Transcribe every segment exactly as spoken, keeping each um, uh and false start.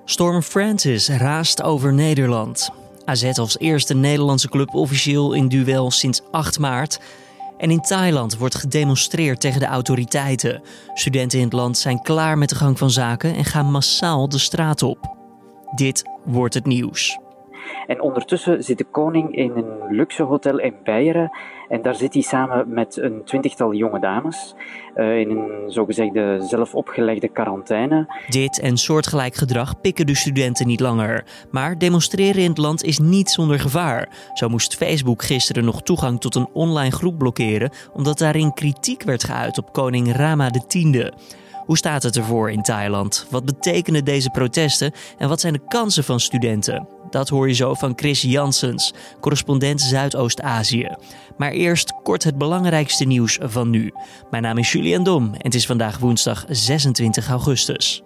Storm Francis raast over Nederland. A Z als eerste Nederlandse club officieel in duel sinds acht maart. En in Thailand wordt gedemonstreerd tegen de autoriteiten. Studenten in het land zijn klaar met de gang van zaken en gaan massaal de straat op. Dit wordt het nieuws. En ondertussen zit de koning in een luxe hotel in Beieren. En daar zit hij samen met een twintigtal jonge dames. Uh, in een zogezegde zelfopgelegde quarantaine. Dit en soortgelijk gedrag pikken de studenten niet langer. Maar demonstreren in het land is niet zonder gevaar. Zo moest Facebook gisteren nog toegang tot een online groep blokkeren, omdat daarin kritiek werd geuit op koning Rama de tiende. Hoe staat het ervoor in Thailand? Wat betekenen deze protesten en wat zijn de kansen van studenten? Dat hoor je zo van Chris Janssens, correspondent Zuidoost-Azië. Maar eerst kort het belangrijkste nieuws van nu. Mijn naam is Julian Dom en het is vandaag woensdag zesentwintig augustus.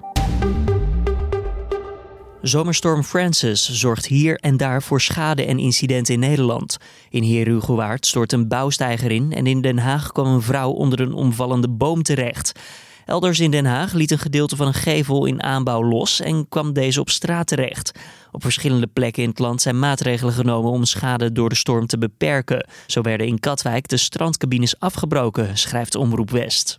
Zomerstorm Francis zorgt hier en daar voor schade en incidenten in Nederland. In Heerhugowaard stort een bouwsteiger in en in Den Haag kwam een vrouw onder een omvallende boom terecht. Elders in Den Haag liet een gedeelte van een gevel in aanbouw los en kwam deze op straat terecht. Op verschillende plekken in het land zijn maatregelen genomen om schade door de storm te beperken. Zo werden in Katwijk de strandcabines afgebroken, schrijft Omroep West.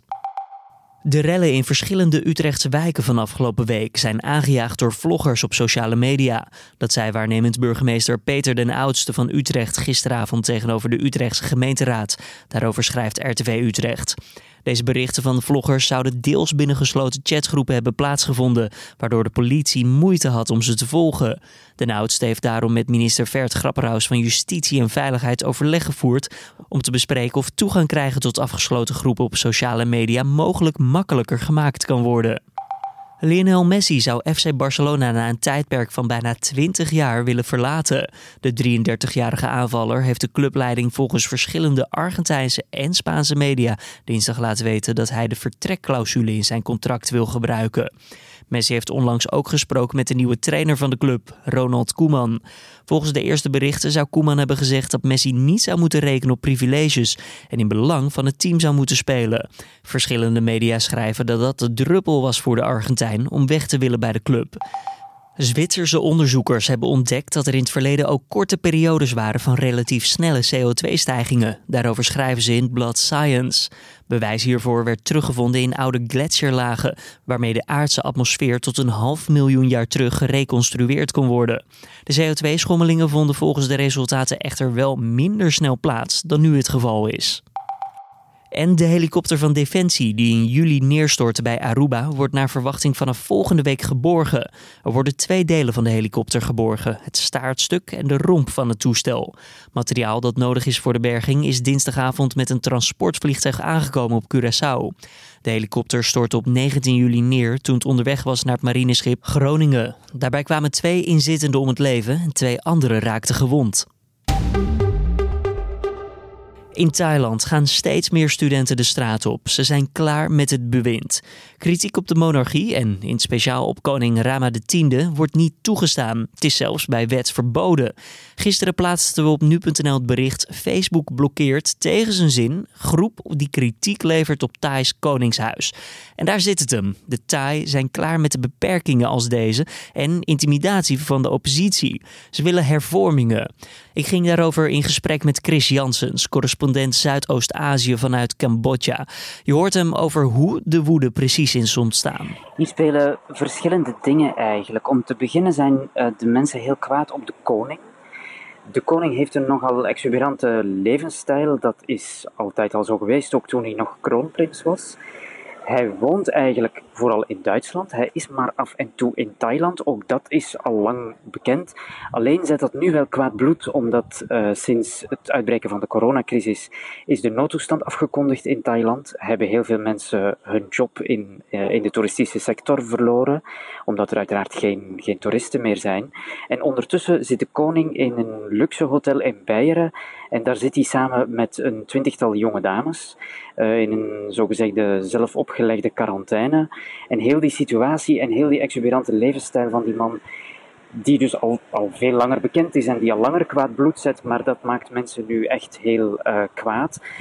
De rellen in verschillende Utrechtse wijken van afgelopen week zijn aangejaagd door vloggers op sociale media. Dat zei waarnemend burgemeester Peter den Oudste van Utrecht gisteravond tegenover de Utrechtse gemeenteraad. Daarover schrijft R T V Utrecht. Deze berichten van de vloggers zouden deels binnen gesloten chatgroepen hebben plaatsgevonden, waardoor de politie moeite had om ze te volgen. Den Oudste heeft daarom met minister Vert Grapperhaus van Justitie en Veiligheid overleg gevoerd om te bespreken of toegang krijgen tot afgesloten groepen op sociale media mogelijk makkelijker gemaakt kan worden. Lionel Messi zou F C Barcelona na een tijdperk van bijna twintig jaar willen verlaten. De drieëndertigjarige aanvaller heeft de clubleiding volgens verschillende Argentijnse en Spaanse media dinsdag laten weten dat hij de vertrekclausule in zijn contract wil gebruiken. Messi heeft onlangs ook gesproken met de nieuwe trainer van de club, Ronald Koeman. Volgens de eerste berichten zou Koeman hebben gezegd dat Messi niet zou moeten rekenen op privileges en in belang van het team zou moeten spelen. Verschillende media schrijven dat dat de druppel was voor de Argentijn om weg te willen bij de club. Zwitserse onderzoekers hebben ontdekt dat er in het verleden ook korte periodes waren van relatief snelle C O twee stijgingen. Daarover schrijven ze in het blad Science. Bewijs hiervoor werd teruggevonden in oude gletsjerlagen, waarmee de aardse atmosfeer tot een half miljoen jaar terug gereconstrueerd kon worden. De C O twee schommelingen vonden volgens de resultaten echter wel minder snel plaats dan nu het geval is. En de helikopter van Defensie die in juli neerstortte bij Aruba wordt naar verwachting vanaf volgende week geborgen. Er worden twee delen van de helikopter geborgen, het staartstuk en de romp van het toestel. Materiaal dat nodig is voor de berging is dinsdagavond met een transportvliegtuig aangekomen op Curaçao. De helikopter stortte op negentien juli neer toen het onderweg was naar het marineschip Groningen. Daarbij kwamen twee inzittenden om het leven en twee anderen raakten gewond. In Thailand gaan steeds meer studenten de straat op. Ze zijn klaar met het bewind. Kritiek op de monarchie en in het speciaal op koning Rama de tiende wordt niet toegestaan. Het is zelfs bij wet verboden. Gisteren plaatsten we op nu punt n l het bericht: Facebook blokkeert tegen zijn zin groep die kritiek levert op Thais koningshuis. En daar zit het hem. De Thai zijn klaar met de beperkingen als deze en intimidatie van de oppositie. Ze willen hervormingen. Ik ging daarover in gesprek met Chris Janssens, correspondent Zuidoost-Azië vanuit Cambodja. Je hoort hem over hoe de woede precies is ontstaan. Hier spelen verschillende dingen eigenlijk. Om te beginnen zijn uh, de mensen heel kwaad op de koning. De koning heeft een nogal exuberante levensstijl. Dat is altijd al zo geweest, ook toen hij nog kroonprins was. Hij woont eigenlijk vooral in Duitsland. Hij is maar af en toe in Thailand. Ook dat is al lang bekend. Alleen zet dat nu wel kwaad bloed, omdat uh, sinds het uitbreken van de coronacrisis is de noodtoestand afgekondigd in Thailand. Hebben heel veel mensen hun job in, uh, in de toeristische sector verloren, omdat er uiteraard geen, geen toeristen meer zijn. En ondertussen zit de koning in een luxe hotel in Beieren. En daar zit hij samen met een twintigtal jonge dames uh, in een zogezegde zelfopgelegde quarantaine. En heel die situatie en heel die exuberante levensstijl van die man, die dus al, al veel langer bekend is en die al langer kwaad bloed zet, maar dat maakt mensen nu echt heel uh, kwaad. De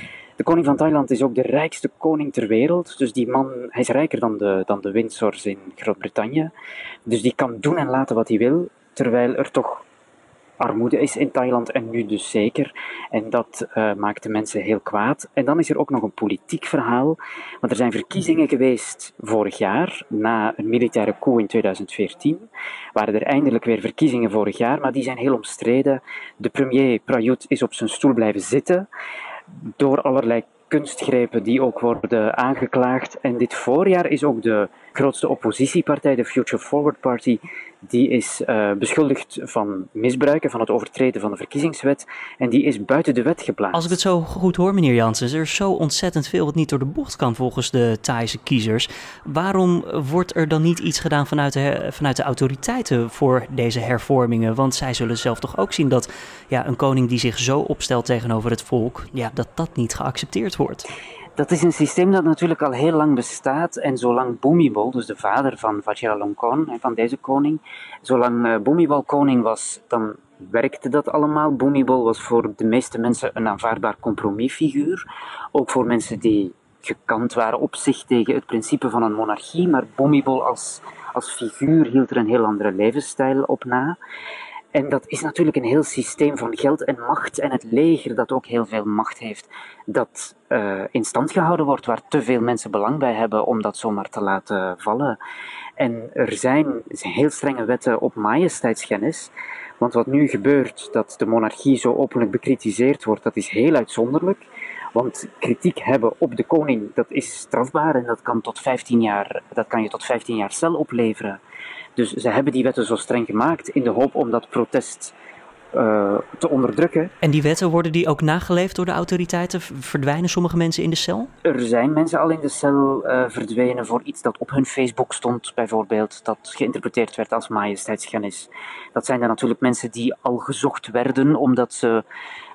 De koning van Thailand is ook de rijkste koning ter wereld. Dus die man, hij is rijker dan de, dan de Windsors in Groot-Brittannië. Dus die kan doen en laten wat hij wil, terwijl er toch armoede is in Thailand en nu dus zeker. En dat uh, maakt de mensen heel kwaad. En dan is er ook nog een politiek verhaal. Want er zijn verkiezingen geweest vorig jaar, na een militaire coup in tweeduizend veertien. Waren er eindelijk weer verkiezingen vorig jaar, maar die zijn heel omstreden. De premier Prayut is op zijn stoel blijven zitten, door allerlei kunstgrepen die ook worden aangeklaagd. En dit voorjaar is ook de grootste oppositiepartij, de Future Forward Party, die is uh, beschuldigd van misbruiken, van het overtreden van de verkiezingswet. En die is buiten de wet geplaatst. Als ik het zo goed hoor, meneer Jansen, er is zo ontzettend veel wat niet door de bocht kan volgens de Thaise kiezers. Waarom wordt er dan niet iets gedaan vanuit de, vanuit de autoriteiten voor deze hervormingen? Want zij zullen zelf toch ook zien dat ja, een koning die zich zo opstelt tegenover het volk, ja, dat dat niet geaccepteerd wordt. Dat is een systeem dat natuurlijk al heel lang bestaat. En zolang Bhumibol, dus de vader van Vajiralongkorn, van deze koning, zolang uh, Bhumibol koning was, dan werkte dat allemaal. Bhumibol was voor de meeste mensen een aanvaardbaar compromisfiguur. Ook voor mensen die gekant waren op zich tegen het principe van een monarchie. Maar Bhumibol als, als figuur hield er een heel andere levensstijl op na. En dat is natuurlijk een heel systeem van geld en macht en het leger dat ook heel veel macht heeft, dat uh, in stand gehouden wordt, waar te veel mensen belang bij hebben om dat zomaar te laten vallen. En er zijn, er zijn heel strenge wetten op majesteitsschennis, want wat nu gebeurt, dat de monarchie zo openlijk bekritiseerd wordt, dat is heel uitzonderlijk. Want kritiek hebben op de koning, dat is strafbaar en dat kan, tot vijftien jaar, dat kan je tot vijftien jaar cel opleveren. Dus ze hebben die wetten zo streng gemaakt in de hoop om dat protest uh, te onderdrukken. En die wetten, worden die ook nageleefd door de autoriteiten? Verdwijnen sommige mensen in de cel? Er zijn mensen al in de cel uh, verdwenen voor iets dat op hun Facebook stond, bijvoorbeeld, dat geïnterpreteerd werd als majesteitsschennis. Dat zijn dan natuurlijk mensen die al gezocht werden omdat ze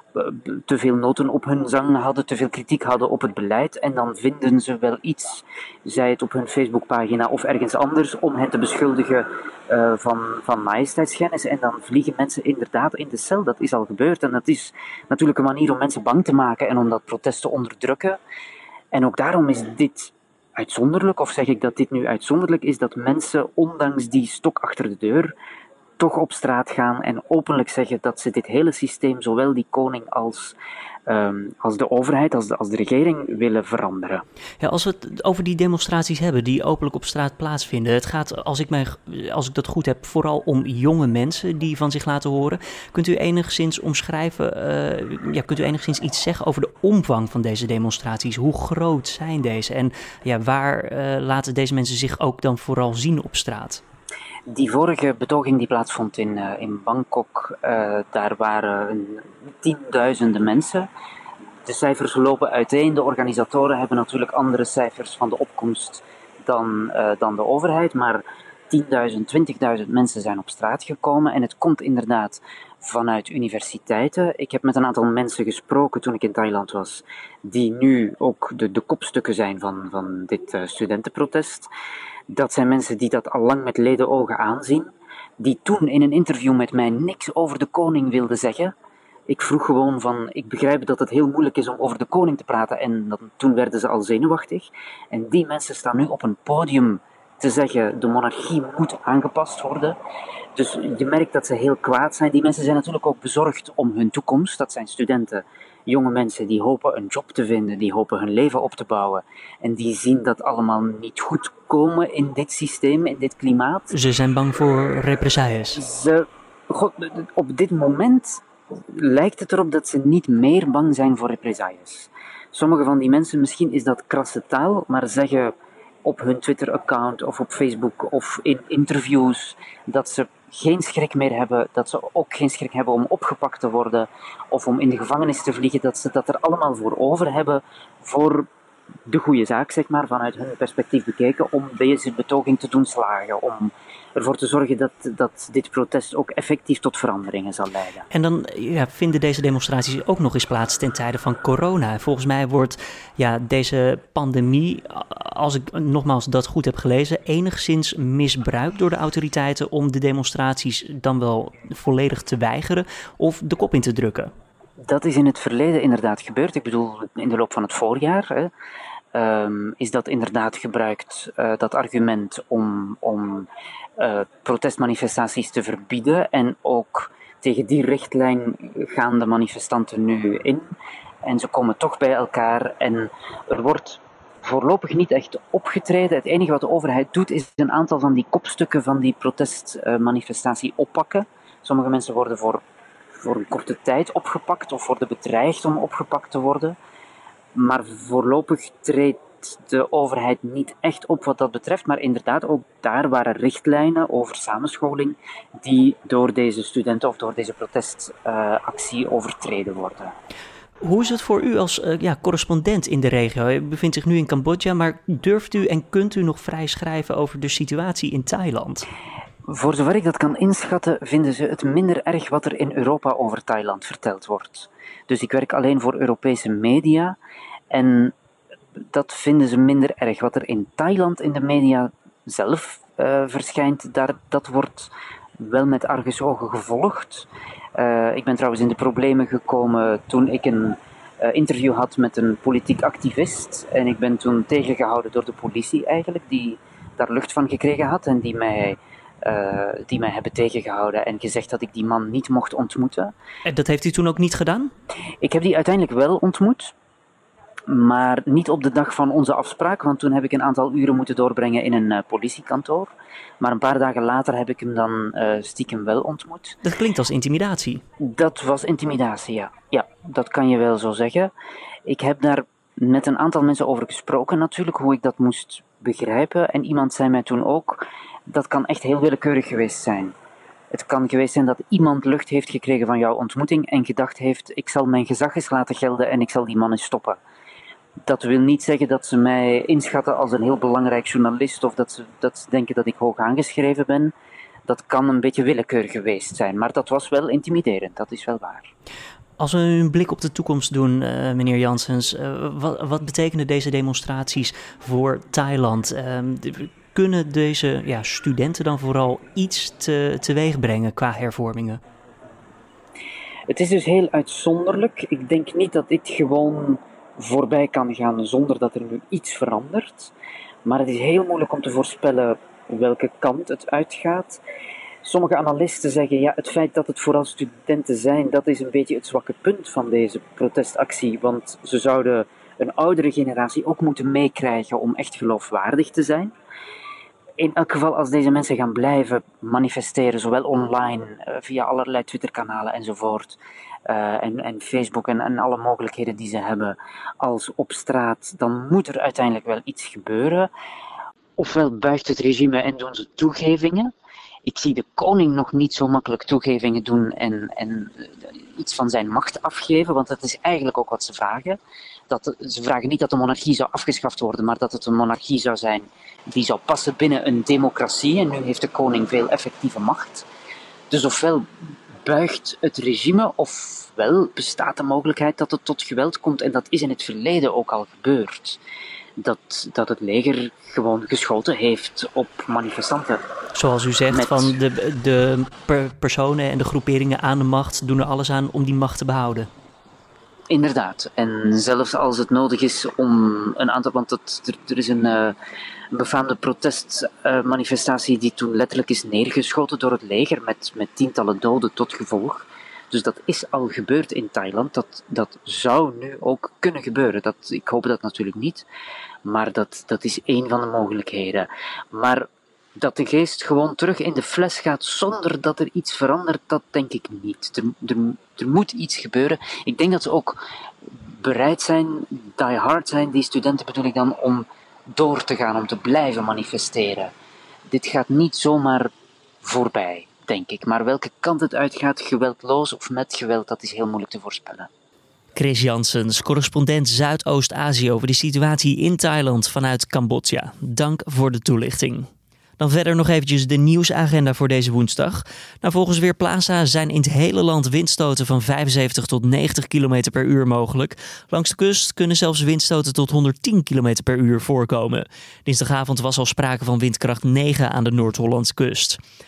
te veel noten op hun zang hadden, te veel kritiek hadden op het beleid. En dan vinden ze wel iets, zij het op hun Facebookpagina of ergens anders, om hen te beschuldigen uh, van, van majesteitsschennis. En dan vliegen mensen inderdaad in de cel. Dat is al gebeurd. En dat is natuurlijk een manier om mensen bang te maken en om dat protest te onderdrukken. En ook daarom is dit uitzonderlijk, of zeg ik dat dit nu uitzonderlijk is, dat mensen, ondanks die stok achter de deur, toch op straat gaan en openlijk zeggen dat ze dit hele systeem, zowel die koning als, um, als de overheid, als de, als de regering, willen veranderen. Ja, als we het over die demonstraties hebben die openlijk op straat plaatsvinden. Het gaat, als ik, mij, als ik dat goed heb, vooral om jonge mensen die van zich laten horen. Kunt u enigszins omschrijven, uh, ja, kunt u enigszins iets zeggen over de omvang van deze demonstraties? Hoe groot zijn deze? En ja, waar uh, laten deze mensen zich ook dan vooral zien op straat? Die vorige betoging die plaatsvond in, uh, in Bangkok, uh, daar waren tienduizenden mensen. De cijfers lopen uiteen. De organisatoren hebben natuurlijk andere cijfers van de opkomst dan, uh, dan de overheid. Maar tienduizend, twintigduizend mensen zijn op straat gekomen. En het komt inderdaad vanuit universiteiten. Ik heb met een aantal mensen gesproken toen ik in Thailand was, die nu ook de, de kopstukken zijn van, van dit uh, studentenprotest. Dat zijn mensen die dat al lang met leden ogen aanzien, die toen in een interview met mij niks over de koning wilden zeggen. Ik vroeg gewoon van, ik begrijp dat het heel moeilijk is om over de koning te praten en dat, toen werden ze al zenuwachtig. En die mensen staan nu op een podium te zeggen, de monarchie moet aangepast worden. Dus je merkt dat ze heel kwaad zijn. Die mensen zijn natuurlijk ook bezorgd om hun toekomst. Dat zijn studenten, jonge mensen die hopen een job te vinden, die hopen hun leven op te bouwen. En die zien dat allemaal niet goed komen in dit systeem, in dit klimaat. Ze zijn bang voor represailles. Ze, God, op dit moment lijkt het erop dat ze niet meer bang zijn voor represailles. Sommige van die mensen, misschien is dat krasse taal, maar zeggen op hun Twitter-account of op Facebook of in interviews dat ze geen schrik meer hebben, dat ze ook geen schrik hebben om opgepakt te worden of om in de gevangenis te vliegen, dat ze dat er allemaal voor over hebben voor de goede zaak, zeg maar, vanuit hun perspectief bekeken, om deze betoging te doen slagen, om ervoor te zorgen dat, dat dit protest ook effectief tot veranderingen zal leiden. En dan ja, vinden deze demonstraties ook nog eens plaats ten tijde van corona. Volgens mij wordt ja, deze pandemie, als ik nogmaals dat goed heb gelezen, enigszins misbruikt door de autoriteiten om de demonstraties dan wel volledig te weigeren of de kop in te drukken. Dat is in het verleden inderdaad gebeurd. Ik bedoel, in de loop van het voorjaar hè, um, is dat inderdaad gebruikt, uh, dat argument om, om uh, protestmanifestaties te verbieden. En ook tegen die richtlijn gaan de manifestanten nu in. En ze komen toch bij elkaar en er wordt voorlopig niet echt opgetreden. Het enige wat de overheid doet is een aantal van die kopstukken van die protestmanifestatie oppakken. Sommige mensen worden voor, voor een korte tijd opgepakt of worden bedreigd om opgepakt te worden. Maar voorlopig treedt de overheid niet echt op wat dat betreft. Maar inderdaad, ook daar waren richtlijnen over samenscholing die door deze studenten of door deze protestactie uh, overtreden worden. Hoe is het voor u als uh, ja, correspondent in de regio? U bevindt zich nu in Cambodja, maar durft u en kunt u nog vrij schrijven over de situatie in Thailand? Voor zover ik dat kan inschatten, vinden ze het minder erg wat er in Europa over Thailand verteld wordt. Dus ik werk alleen voor Europese media en dat vinden ze minder erg. Wat er in Thailand in de media zelf uh, verschijnt, daar, dat wordt wel met argusogen gevolgd. Uh, ik ben trouwens in de problemen gekomen toen ik een uh, interview had met een politiek activist. En ik ben toen tegengehouden door de politie eigenlijk, die daar lucht van gekregen had en die mij, uh, die mij hebben tegengehouden en gezegd dat ik die man niet mocht ontmoeten. En dat heeft u toen ook niet gedaan? Ik heb die uiteindelijk wel ontmoet. Maar niet op de dag van onze afspraak, want toen heb ik een aantal uren moeten doorbrengen in een uh, politiekantoor. Maar een paar dagen later heb ik hem dan uh, stiekem wel ontmoet. Dat klinkt als intimidatie. Dat was intimidatie, ja. Ja, dat kan je wel zo zeggen. Ik heb daar met een aantal mensen over gesproken natuurlijk, hoe ik dat moest begrijpen. En iemand zei mij toen ook, dat kan echt heel willekeurig geweest zijn. Het kan geweest zijn dat iemand lucht heeft gekregen van jouw ontmoeting en gedacht heeft, ik zal mijn gezag eens laten gelden en ik zal die man eens stoppen. Dat wil niet zeggen dat ze mij inschatten als een heel belangrijk journalist of dat ze, dat ze denken dat ik hoog aangeschreven ben. Dat kan een beetje willekeur geweest zijn, maar dat was wel intimiderend, dat is wel waar. Als we een blik op de toekomst doen, uh, meneer Janssens, uh, wat, wat betekenen deze demonstraties voor Thailand? Uh, de, kunnen deze ja, studenten dan vooral iets te, teweeg brengen qua hervormingen? Het is dus heel uitzonderlijk. Ik denk niet dat dit gewoon voorbij kan gaan zonder dat er nu iets verandert. Maar het is heel moeilijk om te voorspellen welke kant het uitgaat. Sommige analisten zeggen, ja, het feit dat het vooral studenten zijn, dat is een beetje het zwakke punt van deze protestactie. Want ze zouden een oudere generatie ook moeten meekrijgen om echt geloofwaardig te zijn. In elk geval, als deze mensen gaan blijven manifesteren, zowel online, via allerlei Twitterkanalen enzovoort, uh, en, en Facebook en, en alle mogelijkheden die ze hebben, als op straat, dan moet er uiteindelijk wel iets gebeuren. Ofwel buigt het regime en doen ze toegevingen. Ik zie de koning nog niet zo makkelijk toegevingen doen en, en iets van zijn macht afgeven, want dat is eigenlijk ook wat ze vragen. Dat, ze vragen niet dat de monarchie zou afgeschaft worden, maar dat het een monarchie zou zijn die zou passen binnen een democratie. En nu heeft de koning veel effectieve macht. Dus ofwel buigt het regime, ofwel bestaat de mogelijkheid dat het tot geweld komt. En dat is in het verleden ook al gebeurd. Dat, dat het leger gewoon geschoten heeft op manifestanten. Zoals u zegt, Met... van de, de per personen en de groeperingen aan de macht doen er alles aan om die macht te behouden. Inderdaad. En zelfs als het nodig is om een aantal... Want het, er, er is een, uh, een befaamde protestmanifestatie uh, die toen letterlijk is neergeschoten door het leger met, met tientallen doden tot gevolg. Dus dat is al gebeurd in Thailand. Dat, dat zou nu ook kunnen gebeuren. Dat, ik hoop dat natuurlijk niet. Maar dat, dat is één van de mogelijkheden. Maar dat de geest gewoon terug in de fles gaat zonder dat er iets verandert, dat denk ik niet. Er, er, er moet iets gebeuren. Ik denk dat ze ook bereid zijn, die hard zijn, die studenten bedoel ik dan, om door te gaan, om te blijven manifesteren. Dit gaat niet zomaar voorbij, denk ik. Maar welke kant het uitgaat, geweldloos of met geweld, dat is heel moeilijk te voorspellen. Chris Janssens, correspondent Zuidoost-Azië over de situatie in Thailand vanuit Cambodja. Dank voor de toelichting. Dan verder nog eventjes de nieuwsagenda voor deze woensdag. Nou, volgens Weerplaza zijn in het hele land windstoten van vijfenzeventig tot negentig kilometer per uur mogelijk. Langs de kust kunnen zelfs windstoten tot honderdtien kilometer per uur voorkomen. Dinsdagavond was al sprake van windkracht negen aan de Noord-Hollandse kust.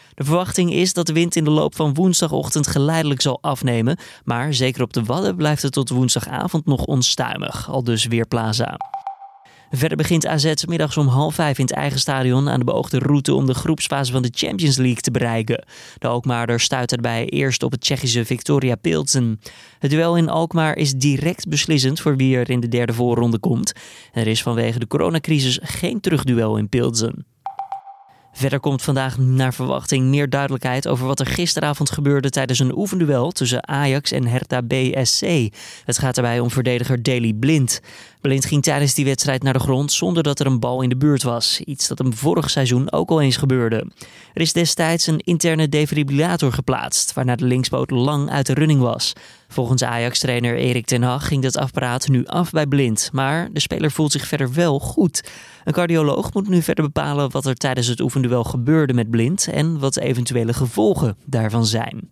De verwachting is dat de wind in de loop van woensdagochtend geleidelijk zal afnemen. Maar zeker op de Wadden blijft het tot woensdagavond nog onstuimig, aldus Weerplaza. Verder begint A Z middags om half vijf in het eigen stadion aan de beoogde route om de groepsfase van de Champions League te bereiken. De Alkmaarder stuit daarbij eerst op het Tsjechische Viktoria Pilsen. Het duel in Alkmaar is direct beslissend voor wie er in de derde voorronde komt. Er is vanwege de coronacrisis geen terugduel in Pilsen. Verder komt vandaag naar verwachting meer duidelijkheid over wat er gisteravond gebeurde tijdens een oefenduel tussen Ajax en Hertha B S C. Het gaat daarbij om verdediger Daley Blind. Blind ging tijdens die wedstrijd naar de grond zonder dat er een bal in de buurt was. Iets dat hem vorig seizoen ook al eens gebeurde. Er is destijds een interne defibrillator geplaatst, waarna de linkspoot lang uit de running was. Volgens Ajax-trainer Erik ten Hag ging dat apparaat nu af bij Blind. Maar de speler voelt zich verder wel goed. Een cardioloog moet nu verder bepalen wat er tijdens het oefenduel gebeurde met Blind en wat de eventuele gevolgen daarvan zijn.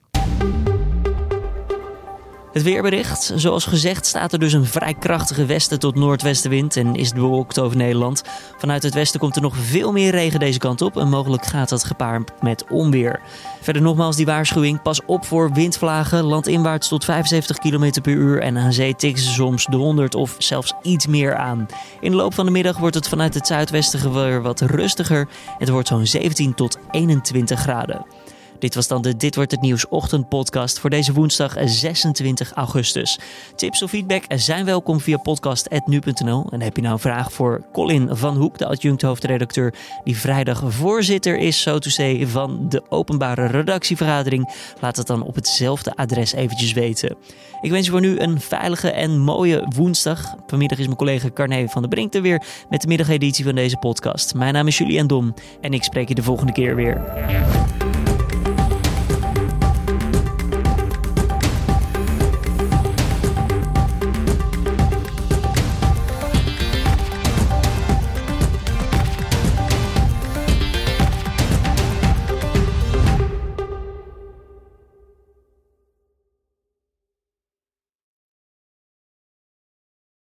Het weerbericht. Zoals gezegd staat er dus een vrij krachtige westen tot noordwestenwind en is het bewolkt over Nederland. Vanuit het westen komt er nog veel meer regen deze kant op en mogelijk gaat dat gepaard met onweer. Verder nogmaals die waarschuwing. Pas op voor windvlagen, landinwaarts tot vijfenzeventig kilometer per uur en aan zee tikken ze soms de honderd of zelfs iets meer aan. In de loop van de middag wordt het vanuit het zuidwesten weer wat rustiger. Het wordt zo'n zeventien tot eenentwintig graden. Dit was dan de Dit Wordt Het Nieuws ochtendpodcast voor deze woensdag zesentwintig augustus. Tips of feedback zijn welkom via podcast punt nu punt n l. En heb je nou een vraag voor Colin van Hoek, de adjunct hoofdredacteur, die vrijdag voorzitter is, so to say, van de openbare redactievergadering? Laat het dan op hetzelfde adres eventjes weten. Ik wens je voor nu een veilige en mooie woensdag. Vanmiddag is mijn collega Carne van der Brink er weer met de middageditie van deze podcast. Mijn naam is Julien Dom en ik spreek je de volgende keer weer.